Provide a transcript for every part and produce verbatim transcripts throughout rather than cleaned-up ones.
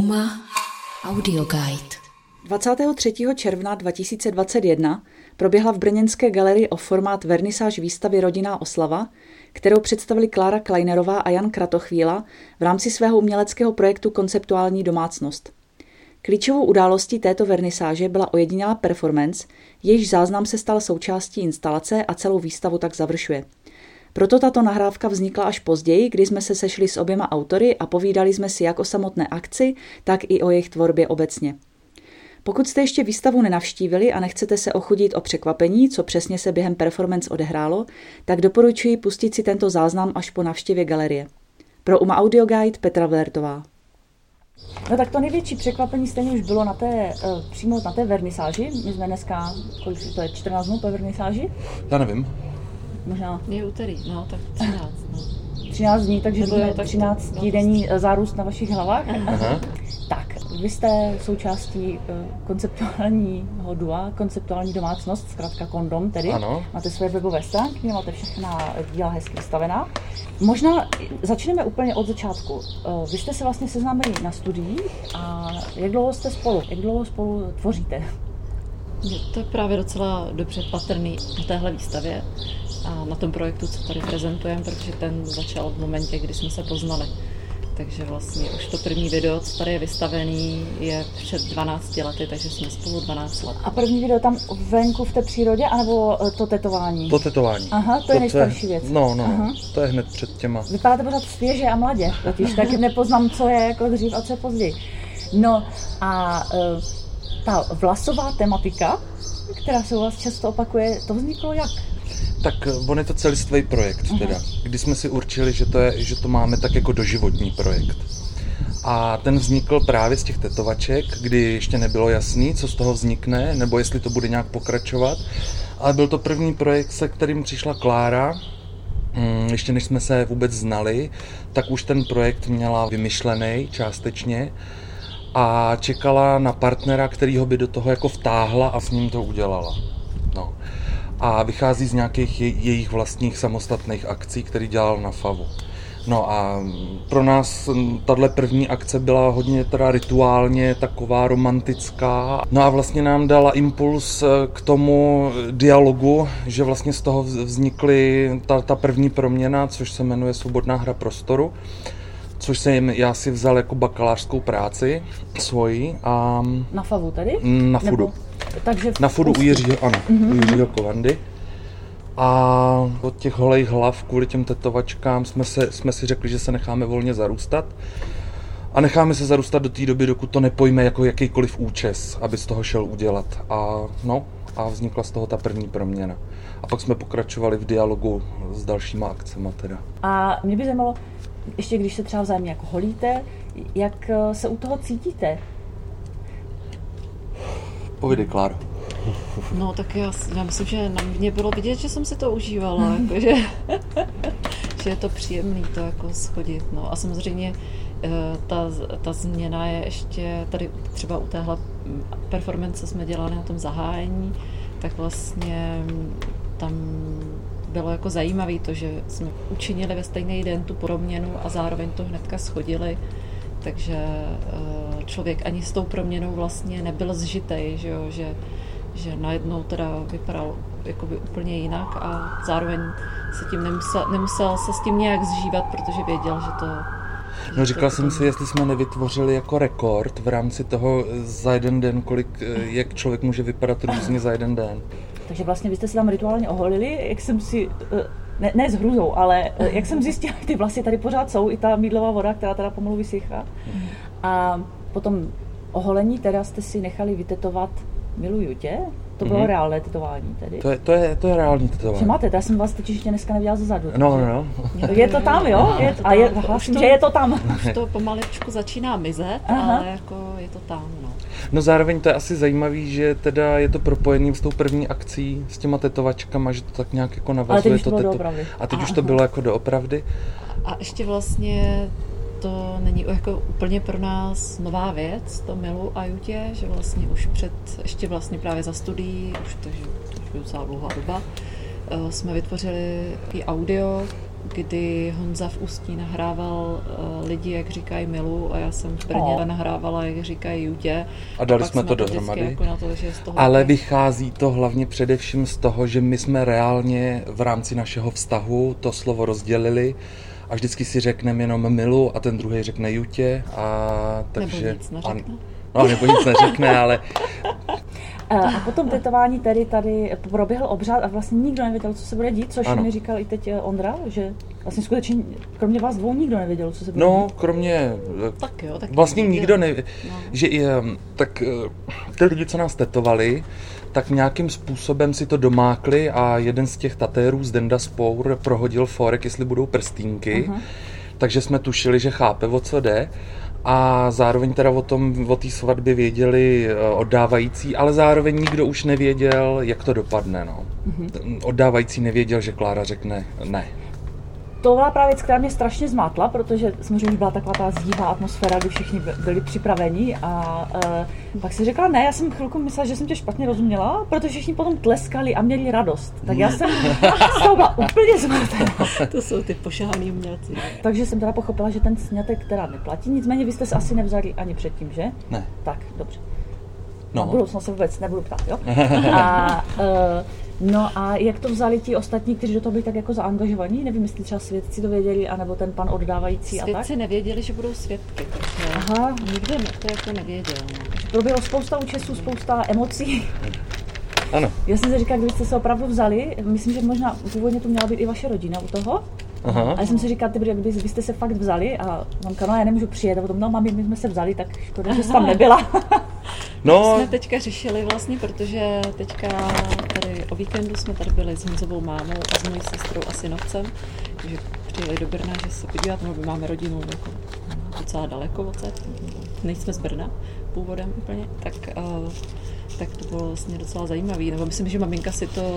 UMA Audio Guide. dvacátého třetího června dva tisíce dvacet jedna proběhla v brněnské galerii O Formát vernisáž výstavy Rodinná oslava, kterou představili Klára Kleinerová a Jan Kratochvíla v rámci svého uměleckého projektu Konceptuální domácnost. Klíčovou událostí této vernisáže byla ojedinělá performance, jejíž záznam se stal součástí instalace a celou výstavu tak završuje. Proto tato nahrávka vznikla až později, kdy jsme se sešli s oběma autory a povídali jsme si jak o samotné akci, tak i o jejich tvorbě obecně. Pokud jste ještě výstavu nenavštívili a nechcete se ochudit o překvapení, co přesně se během performance odehrálo, tak doporučuji pustit si tento záznam až po návštěvě galerie. Pro UMA Audio Guide Petra Vlertová. No tak to největší překvapení stejně už bylo na té, přímo na té vernisáži. My jsme dneska, kolik to je, čtrnáct dnů po vernisáži? Já nevím. Možná. Je úterý, no tak třináct. No. třináct dní, takže jsme třináct týdenní zárůst na vašich hlavách. Aha. Tak, vy jste součástí konceptuálního dua, konceptuální domácnost, zkrátka Kondom tedy. Ano. Máte své webové stránky, máte všechna díla hezky vystavená. Možná začneme úplně od začátku. Vy jste se vlastně seznámili na studii a jak dlouho jste spolu? Jak dlouho spolu tvoříte? To je právě docela dobře patrný na téhle výstavě a na tom projektu, co tady prezentujeme, protože ten začal v momentě, kdy jsme se poznali. Takže vlastně už to první video, co tady je vystavený, je před dvanácti lety, takže jsme spolu dvanáct let. A první video tam venku v té přírodě, anebo to tetování? To tetování. Aha, to, to je nejstarší věc. No, no, Aha. To je hned před těma. Vypadáte pořád svěže a mladě, totiž tak nepoznám, co je jako dřív a co je později. No a uh, ta vlasová tematika, která se u vás často opakuje, to vzniklo jak? Tak on je to celistvý projekt teda, kdy jsme si určili, že to, je, že to máme tak jako doživotní projekt. A ten vznikl právě z těch tetovaček, kdy ještě nebylo jasný, co z toho vznikne, nebo jestli to bude nějak pokračovat. Ale byl to první projekt, se kterým přišla Klára, ještě než jsme se vůbec znali, tak už ten projekt měla vymyšlený částečně a čekala na partnera, který ho by do toho jako vtáhla a s ním to udělala. No. A vychází z nějakých jejich vlastních samostatných akcí, které dělal na Favu. No a pro nás tahle první akce byla hodně teda rituálně taková romantická. No a vlastně nám dala impuls k tomu dialogu, že vlastně z toho vznikly ta, ta první proměna, což se jmenuje Svobodná hra prostoru, což jsem já si vzal jako bakalářskou práci svoji. A na Favu tedy? Na Fudu. Nebo... Takže na Fudu u Jiřího, ano, mm-hmm. u Jiřího Kovandy. A od těch holejch hlav kvůli těm tetovačkám jsme, se, jsme si řekli, že se necháme volně zarůstat. A necháme se zarůstat do té doby, dokud to nepojme jako jakýkoliv účes, aby z toho šel udělat. A, no, a vznikla z toho ta první proměna. A pak jsme pokračovali v dialogu s dalšíma akcema teda. A mě by zajímalo, ještě když se třeba vzájemně jako holíte, jak se u toho cítíte? Povídej, Kláro. No tak já, já myslím, že na mě bylo vidět, že jsem si to užívala, jako, že, že je to příjemný to jako schodit. No. A samozřejmě ta, ta změna je ještě tady třeba u téhle performance jsme dělali na tom zahájení, tak vlastně tam bylo jako zajímavé to, že jsme učinili ve stejný den tu proměnu a zároveň to hnedka schodili. Takže člověk ani s tou proměnou vlastně nebyl zžitej, že, jo? že, že najednou teda vypadal jakoby úplně jinak a zároveň se tím nemusel, nemusel se s tím nějak zžívat, protože věděl, že to... Že no říkal to jsem si, jestli jsme nevytvořili jako rekord v rámci toho za jeden den, kolik, jak člověk může vypadat různě za jeden den. Takže vlastně vy jste se tam rituálně oholili, jak jsem si... Ne, ne s hrůzou, ale jak jsem zjistila, ty vlasy tady pořád jsou, i ta mýdlová voda, která teda pomalu vysychá. A potom oholení teda jste si nechali vytetovat Miluju tě? To bylo mm-hmm. reálné tetování tedy? To je, to je, to je reálný tetování. Že máte, já jsem vás totiž ještě dneska neviděla zezadu. No, no, no. Je to tam, jo? Je, a je, hlasím, že je to tam. Už to pomaličku začíná mizet, Aha. ale jako je to tam, no. No zároveň to je asi zajímavý, že teda je to propojený s tou první akcí, s těma tetovačkama, že to tak nějak jako navazuje to teto. A teď Aha. už to bylo jako doopravdy. A ještě vlastně to není jako úplně pro nás nová věc, to Milu a Jutě, že vlastně už před, ještě vlastně právě za studií, už to, že to už docela dlouhá doba, jsme vytvořili i audio kdy Honza v Ústí nahrával uh, lidi, jak říkají Milu, a já jsem v Brně oh. nahrávala, jak říkají Jutě. A dali a jsme to dohromady. Jako na to, že z toho ale vychází to hlavně především z toho, že my jsme reálně v rámci našeho vztahu to slovo rozdělili a vždycky si řekneme jenom Milu a ten druhý řekne Jutě. A takže, nebo nic neřekne. A, no, nebo nic neřekne, ale... A potom tetování tedy tady proběhl obřad a vlastně nikdo nevěděl, co se bude dít, což ano. mi říkal i teď Ondra, že vlastně skutečně kromě vás dvou nikdo nevěděl, co se bude no, dít. No, kromě... Tak jo, tak vlastně nikdo nevěděl. No. Že tak ty lidi, co nás tetovali, tak nějakým způsobem si to domákli a jeden z těch tatérů z Denda Spour prohodil fórek, jestli budou prstínky, uh-huh. takže jsme tušili, že chápe, o co jde. A zároveň teda o tom, o té svatbě věděli oddávající, ale zároveň nikdo už nevěděl, jak to dopadne. No. Mm-hmm. Oddávající nevěděl, že Klára řekne ne. To byla právě věc, která mě strašně zmátla, protože samozřejmě byla taková ta zdívá atmosféra, kdy všichni byli připraveni a uh, pak si řekla ne, já jsem chvilku myslela, že jsem tě špatně rozuměla, protože všichni potom tleskali a měli radost. Tak já jsem z toho byla úplně zmatená. To jsou ty pošahaný umělci. Takže jsem teda pochopila, že ten sňatek teda neplatí, nicméně vy jste se asi nevzali ani předtím, že? Ne. Tak, dobře. No. Na budoucnost se vůbec nebudu ptát, jo? A, uh, no a jak to vzali ti ostatní, kteří do toho byli tak jako zaangažovaní? Nevím, jestli třeba svědci to věděli, anebo ten pan oddávající svědci a tak? Svědci nevěděli, že budou svědky, takže Aha. nikdo to jako nevěděl. No. Proběhlo spousta účastů, spousta emocí. Ano. Já jsem si říkala, kdybyste se opravdu vzali, myslím, že možná původně to měla být i vaše rodina u toho. Aha. A já jsem si říkala, kdybyste se fakt vzali a mamka, no já nemůžu přijet, a potom, no mami, my jsme se vzali, tak škoda, že jsi tam nebyla. No. To jsme teďka řešili vlastně, protože teďka tady o víkendu jsme tady byli s Honzovou mámou a s mojí sestrou a synovcem, takže přijeli do Brna, že se podívat, no my máme rodinu jako docela daleko odsaď, nejsme z Brna původem úplně, tak, uh, tak to bylo vlastně docela zajímavý, nebo myslím, že maminka si to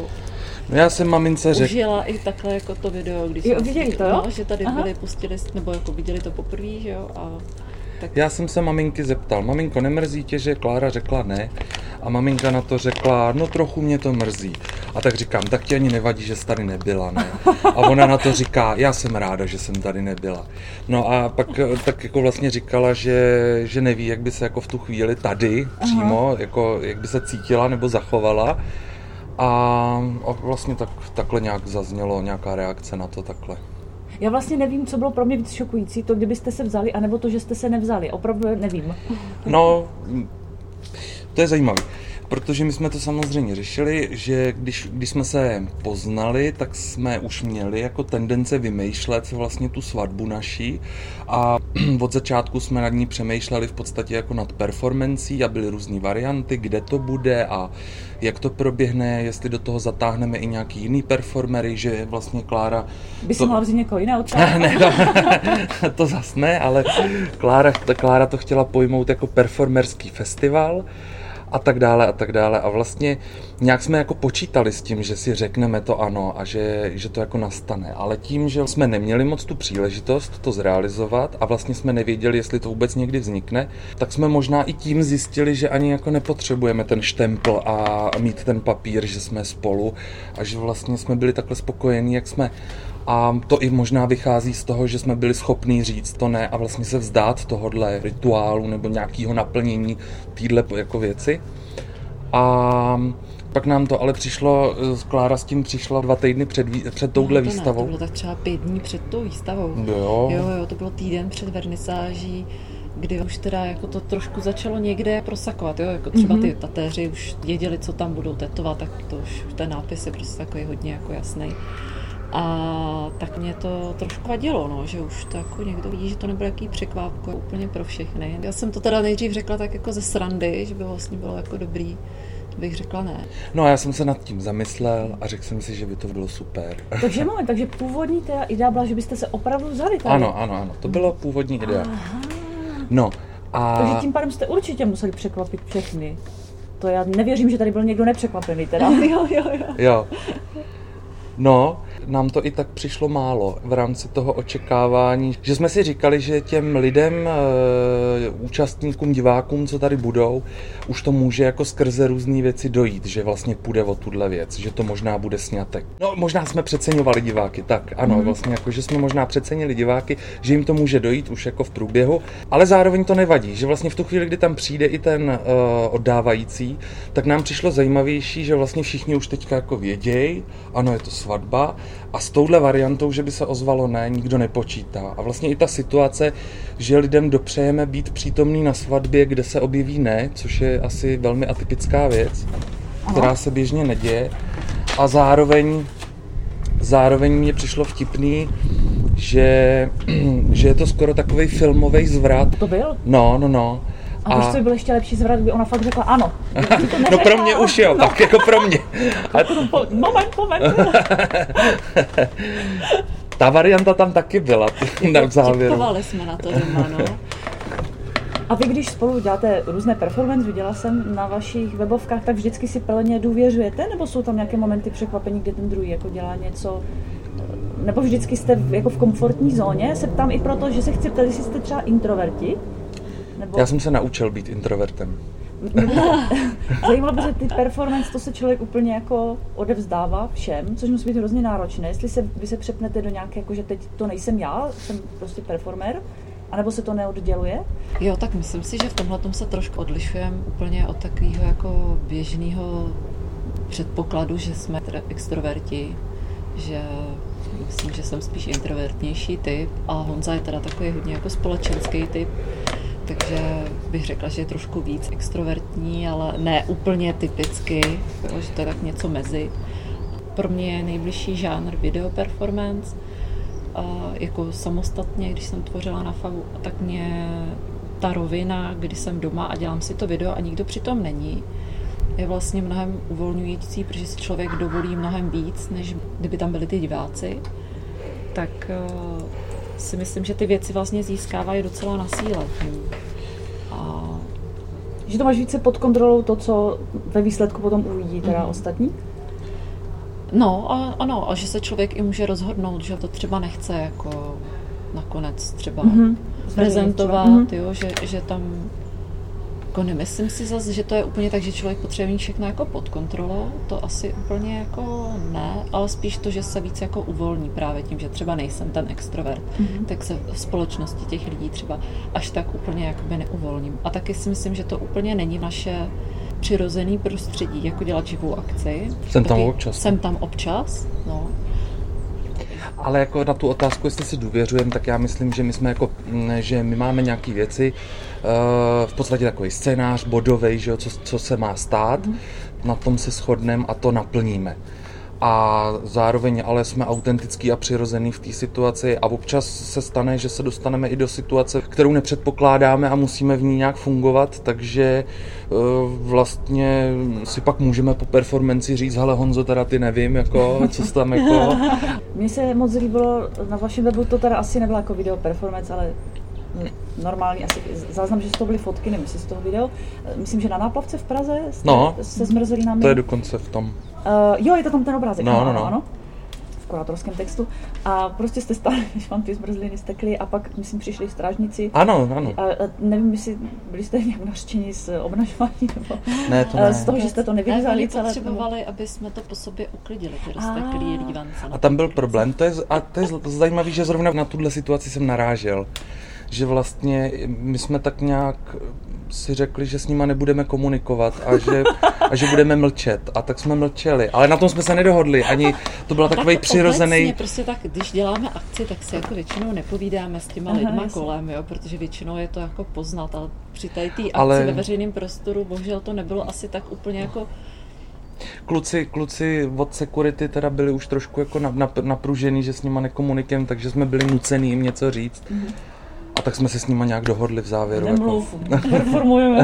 no já jsem mamince řekl. Užila i takhle jako to video, když jo, viděli to, jo? No, že tady Aha. byli, pustili, nebo jako viděli to poprvé, že jo, a tak... Já jsem se maminky zeptal, maminko, nemrzí tě, že Klára řekla ne? A maminka na to řekla, no trochu mě to mrzí. A tak říkám, tak ti ani nevadí, že jsi tady nebyla, ne? A ona na to říká, já jsem ráda, že jsem tady nebyla. No a pak tak jako vlastně říkala, že, že neví, jak by se jako v tu chvíli tady přímo, jako jak by se cítila nebo zachovala. A, a vlastně tak, takhle nějak zaznělo, nějaká reakce na to takhle. Já vlastně nevím, co bylo pro mě víc šokující, to, kdybyste se vzali, anebo to, že jste se nevzali. Opravdu nevím. No, to je zajímavé, protože my jsme to samozřejmě řešili, že když, když jsme se poznali, tak jsme už měli jako tendence vymýšlet vlastně tu svatbu naší a od začátku jsme nad ní přemýšleli v podstatě jako nad performancí a byly různý varianty, kde to bude a jak to proběhne, jestli do toho zatáhneme i nějaký jiný performery, že vlastně Klára... By to... si mohla vzít někoho jiného ne, to, to zas ne, ale Klára, Klára to chtěla pojmout jako performerský festival a tak dále a tak dále a vlastně nějak jsme jako počítali s tím, že si řekneme to ano a že, že to jako nastane, ale tím, že jsme neměli moc tu příležitost to zrealizovat a vlastně jsme nevěděli, jestli to vůbec někdy vznikne, tak jsme možná i tím zjistili, že ani jako nepotřebujeme ten štempl a mít ten papír, že jsme spolu a že vlastně jsme byli takhle spokojení, jak jsme. A to i možná vychází z toho, že jsme byli schopní říct to ne a vlastně se vzdát tohodle rituálu nebo nějakého naplnění týhle jako věci. A pak nám to ale přišlo, Klára s tím přišla dva týdny před, před touhle no, to výstavou. Ne, to bylo tak třeba pět dní před tou výstavou. Jo. Jo, jo, to bylo týden před vernisáží, kdy už teda jako to trošku začalo někde prosakovat, jo, jako třeba ty tatéři už věděli, co tam budou tetovat, tak to už ten nápis je prostě takový hodně jako jasný. A tak mě to trošku vadilo, no, že už to jako někdo vidí, že to nebude jaký překvápko úplně pro všechny. Já jsem to teda nejdřív řekla tak jako ze srandy, že by vlastně bylo jako dobrý, bych řekla ne. No a já jsem se nad tím zamyslel a řekl jsem si, že by to bylo super. Takže moment, takže původní teda idea byla, že byste se opravdu vzali tady. Ano, ano, ano, to bylo původní idea. Aha. No a... Takže tím pádem jste určitě museli překvapit všechny. To já nevěřím, že tady byl někdo nepřekvapený teda. jo, jo, jo. Jo. No, nám to i tak přišlo málo v rámci toho očekávání, že jsme si říkali, že těm lidem, e, účastníkům, divákům, co tady budou, už to může jako skrze různé věci dojít, že vlastně půjde o tuhle věc, že to možná bude sňatek. No, možná jsme přeceňovali diváky, tak ano, mm. vlastně jako, že jsme možná přecenili diváky, že jim to může dojít už jako v průběhu, ale zároveň to nevadí, že vlastně v tu chvíli, kdy tam přijde i ten e, oddávající, tak nám přišlo zajímavější, že vlastně všichni už teďka jako vědějí, ano, je to svatba, a s touhle variantou, že by se ozvalo ne, nikdo nepočítá. A vlastně i ta situace, že lidem dopřejeme být přítomný na svatbě, kde se objeví ne, což je asi velmi atypická věc, která se běžně neděje. A zároveň, zároveň mně přišlo vtipný, že, že je to skoro takovej filmový zvrat. To byl? No, no, no. A víš, co by byl ještě lepší zvrat, kdyby ona fakt řekla ano. No pro mě už jo, no. Tak jako pro mě. A... Moment, moment. Ta varianta tam taky byla, v závěru. Čipovali jsme na to doma, no. A vy, když spolu děláte různé performance, viděla jsem na vašich webovkách, tak vždycky si plně důvěřujete, nebo jsou tam nějaké momenty překvapení, kde ten druhý jako dělá něco, nebo vždycky jste v, jako v komfortní zóně? Se ptám i proto, že se chci ptát, jestli jste třeba introverti? Nebo... Já jsem se naučil být introvertem. Zajímalo by, že ty performance, to se člověk úplně jako odevzdává všem, což musí být hrozně náročné. Jestli se, vy se přepnete do nějaké, jako že teď to nejsem já, jsem prostě performer, anebo se to neodděluje? Jo, tak myslím si, že v tomhletom se trošku odlišujeme úplně od takového jako běžného předpokladu, že jsme teda extroverti, že myslím, že jsem spíš introvertnější typ a Honza je teda takový hodně jako společenský typ. Takže bych řekla, že je trošku víc extrovertní, ale ne úplně typicky, že to je tak něco mezi. Pro mě je nejbližší žánr video performance. A jako samostatně, když jsem tvořila na Favu, tak mě ta rovina, kdy jsem doma a dělám si to video a nikdo přitom není, je vlastně mnohem uvolňující, protože si člověk dovolí mnohem víc, než kdyby tam byli ty diváci. Tak si myslím, že ty věci vlastně získávají docela na síle. A... Že to máš více pod kontrolou to, co ve výsledku potom uvidí teda mm. ostatní? No, a, ano, a že se člověk i může rozhodnout, že to třeba nechce jako nakonec třeba mm-hmm. prezentovat, mm-hmm. jo, že, že tam jako nemyslím si zase, že to je úplně tak, že člověk potřebuje mít všechno jako pod kontrolou, to asi úplně jako ne, ale spíš to, že se víc jako uvolní právě tím, že třeba nejsem ten extrovert, mm-hmm. tak se v společnosti těch lidí třeba až tak úplně jakoby neuvolním. A taky si myslím, že to úplně není naše přirozený prostředí, jako dělat živou akci. Jsem tam občas. Jsem tam občas, no. Ale jako na tu otázku, jestli si důvěřujeme, tak já myslím, že my jsme jako, že my máme nějaké věci, v podstatě takový scénář bodovej, že jo, co, co se má stát, mm. na tom se shodneme a to naplníme. A zároveň ale jsme autentický a přirozený v té situaci a občas se stane, že se dostaneme i do situace, kterou nepředpokládáme a musíme v ní nějak fungovat, takže vlastně si pak můžeme po performanci říct, hele Honzo, teda ty nevím, jako, co jsi tam jako... Mně se moc líbilo, na vašem webu to teda asi nebyla jako video performance, ale normální, asi záznam, že z toho byly fotky, nevím, jestli z toho video. Myslím, že na Náplavce v Praze jste, no, se zmrzelinami. To je dokonce v tom. Uh, jo, je to tam ten obrázek, no, ano, no, no. ano, v kurátorském textu. A prostě jste stáli, když vám ty zmrzliny stekly a pak, myslím, přišli strážníci. Ano, ano. A, a nevím, jestli byli jste nějak nařčeni z obnažování, nebo ne, to ne. z toho, že jste to nevyřezali celé. Potřebovali, aby jsme to po sobě uklidili, ty rozteklý lívance. A tam byl problém, to je, a to je zajímavé, že zrovna na tuhle situaci jsem narážel. Že vlastně my jsme tak nějak si řekli, že s nima nebudeme komunikovat a že, a že budeme mlčet. A tak jsme mlčeli. Ale na tom jsme se nedohodli. Ani to byl takový tak přirozený... Obecně, prostě tak, když děláme akci, tak si jako většinou nepovídáme s těma Aha, lidma jasný. kolem, jo, protože většinou je to jako poznat. Ale při té akci ale... ve veřejném prostoru, bohužel to nebylo asi tak úplně jako... Kluci, kluci od security teda byli už trošku jako napružený, že s nima nekomunikujeme, takže jsme byli nucený jim něco říct. Mm-hmm. A tak jsme se s nima nějak dohodli v závěru. Nemluv, jako... performujeme.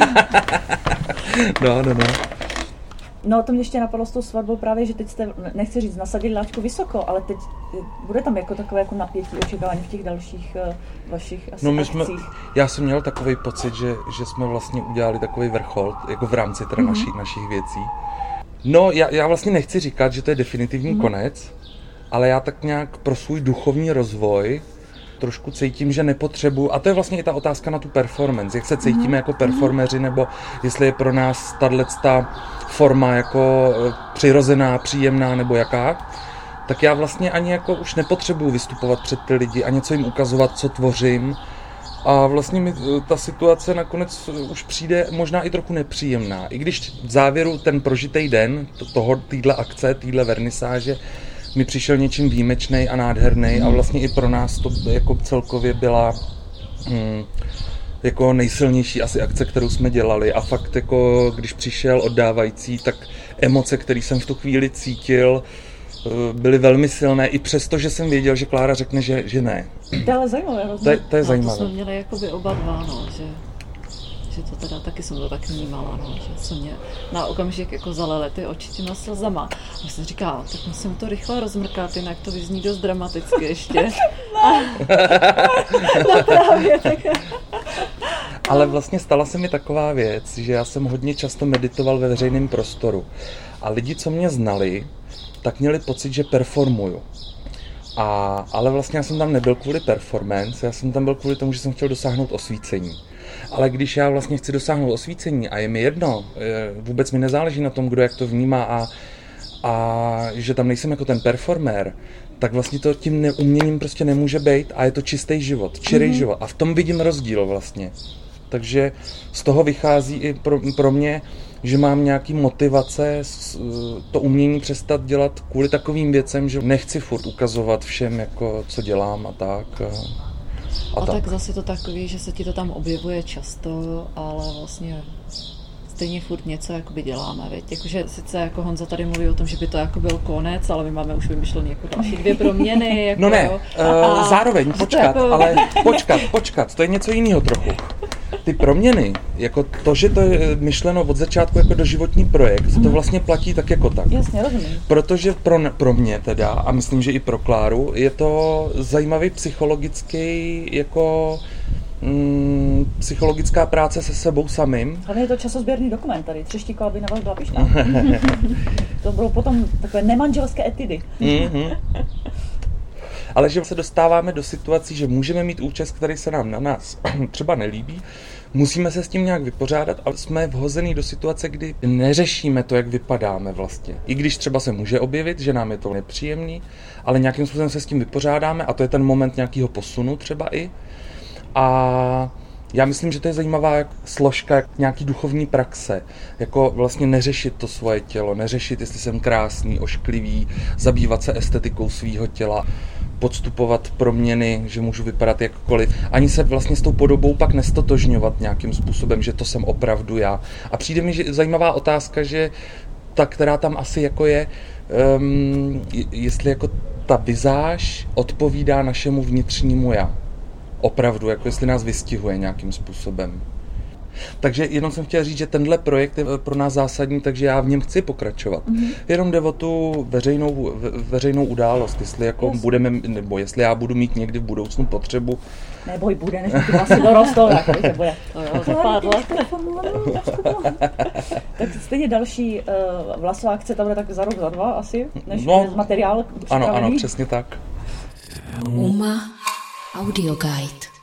no, no, no. No, to mě ještě napadlo s tou svatbou právě, že teď jste, nechci říct, nasadili láčku vysoko, ale teď bude tam jako takové jako napětí očekávání v těch dalších uh, vašich asi no, my akcích. Jsme, já jsem měl takový pocit, že, že jsme vlastně udělali takový vrchol, jako v rámci teda mm-hmm. naši, našich věcí. No, já, já vlastně nechci říkat, že to je definitivní Mhm. konec, ale já tak nějak pro svůj duchovní rozvoj trošku cítím, že nepotřebuji, a to je vlastně i ta otázka na tu performance, jak se cítíme jako performeři, nebo jestli je pro nás tato forma jako eh, přirozená, příjemná, nebo jaká, tak já vlastně ani jako už nepotřebuji vystupovat před ty lidi a něco jim ukazovat, co tvořím. A vlastně mi eh, ta situace nakonec už přijde možná i trochu nepříjemná. I když v závěru ten prožitej den to- toho, týhle akce, týhle vernisáže mi přišel něčím výjimečnej a nádherný a vlastně i pro nás to jako celkově byla hm, jako nejsilnější asi akce, kterou jsme dělali a fakt jako když přišel oddávající, tak emoce, které jsem v tu chvíli cítil, eh, byly velmi silné i přesto, že jsem věděl, že Klára řekne, že, že ne. To je ale zajímavé, To je, rozumím. to je No, to zajímavé. jsme měli jakoby oba dva, no, že, že to teda taky jsem to tak vnímala, no, že se mě na okamžik jako zalely ty oči těma slzama. A jsem říkala, tak musím to rychle rozmrkat, jinak to vyzní dost dramaticky ještě. No právě, tak Ale vlastně stala se mi taková věc, že já jsem hodně často meditoval ve veřejném prostoru. A lidi, co mě znali, tak měli pocit, že performuju. A, ale vlastně já jsem tam nebyl kvůli performance, já jsem tam byl kvůli tomu, že jsem chtěl dosáhnout osvícení. Ale když já vlastně chci dosáhnout osvícení a je mi jedno, vůbec mi nezáleží na tom, kdo jak to vnímá a, a že tam nejsem jako ten performér, tak vlastně to tím neuměním prostě nemůže být a je to čistý život, čirý mm-hmm. život. A v tom vidím rozdíl vlastně. Takže z toho vychází i pro, pro mě, že mám nějaký motivace to umění přestat dělat kvůli takovým věcem, že nechci furt ukazovat všem, jako, co dělám a tak. A, A, a tak. tak zase to takový, že se ti to tam objevuje často, ale vlastně stejně furt něco jakoby děláme, viď? Jakože sice jako Honza tady mluví o tom, že by to jako byl konec, ale my máme už vymyšlený jako další dvě proměny. Jako, No ne, jo. uh, A- zároveň, počkat, jako- ale počkat, počkat, to je něco jiného trochu. Ty proměny, jako to, že to je myšleno od začátku jako doživotní projekt, to vlastně platí tak jako tak. jasně, rozumím. Protože pro, pro mě teda, a myslím, že i pro Kláru, je to zajímavý psychologický, jako mm, psychologická práce se sebou samým. Hlavně je to časozběrný dokument tady, Třeštíková by na vás byla pyšná. To bylo potom takové nemanželské etidy. Mm-hmm. Ale že se dostáváme do situací, že můžeme mít účest, který se nám na nás třeba nelíbí, musíme se s tím nějak vypořádat a jsme vhozený do situace, kdy neřešíme to, jak vypadáme vlastně. I když třeba se může objevit, že nám je to nepříjemný, ale nějakým způsobem se s tím vypořádáme a to je ten moment nějakého posunu třeba i. A já myslím, že to je zajímavá složka nějaký duchovní praxe, jako vlastně neřešit to svoje tělo, neřešit, jestli jsem krásný, ošklivý, zabývat se estetikou svýho těla, podstupovat proměny, že můžu vypadat jakkoliv, ani se vlastně s tou podobou pak nestotožňovat nějakým způsobem, že to jsem opravdu já. A přijde mi že zajímavá otázka, že ta, která tam asi jako je, um, jestli jako ta vizáž odpovídá našemu vnitřnímu já. Opravdu, jako jestli nás vystihuje nějakým způsobem. Takže jenom jsem chtěl říct, že tenhle projekt je pro nás zásadní, takže já v něm chci pokračovat. Mm-hmm. Jenom jde o tu veřejnou, ve, veřejnou událost, jestli jako Yes. budeme, nebo jestli já budu mít někdy v budoucnu potřebu. Neboj, bude, než ty vlasy dorostou, tak že bude. To jo, za pár let. Tak stejně další uh, vlasová akce, ta bude tak za rok, za dva asi, než No, bude materiál Ano, připravený. ano, přesně tak. Uma Audio Guide.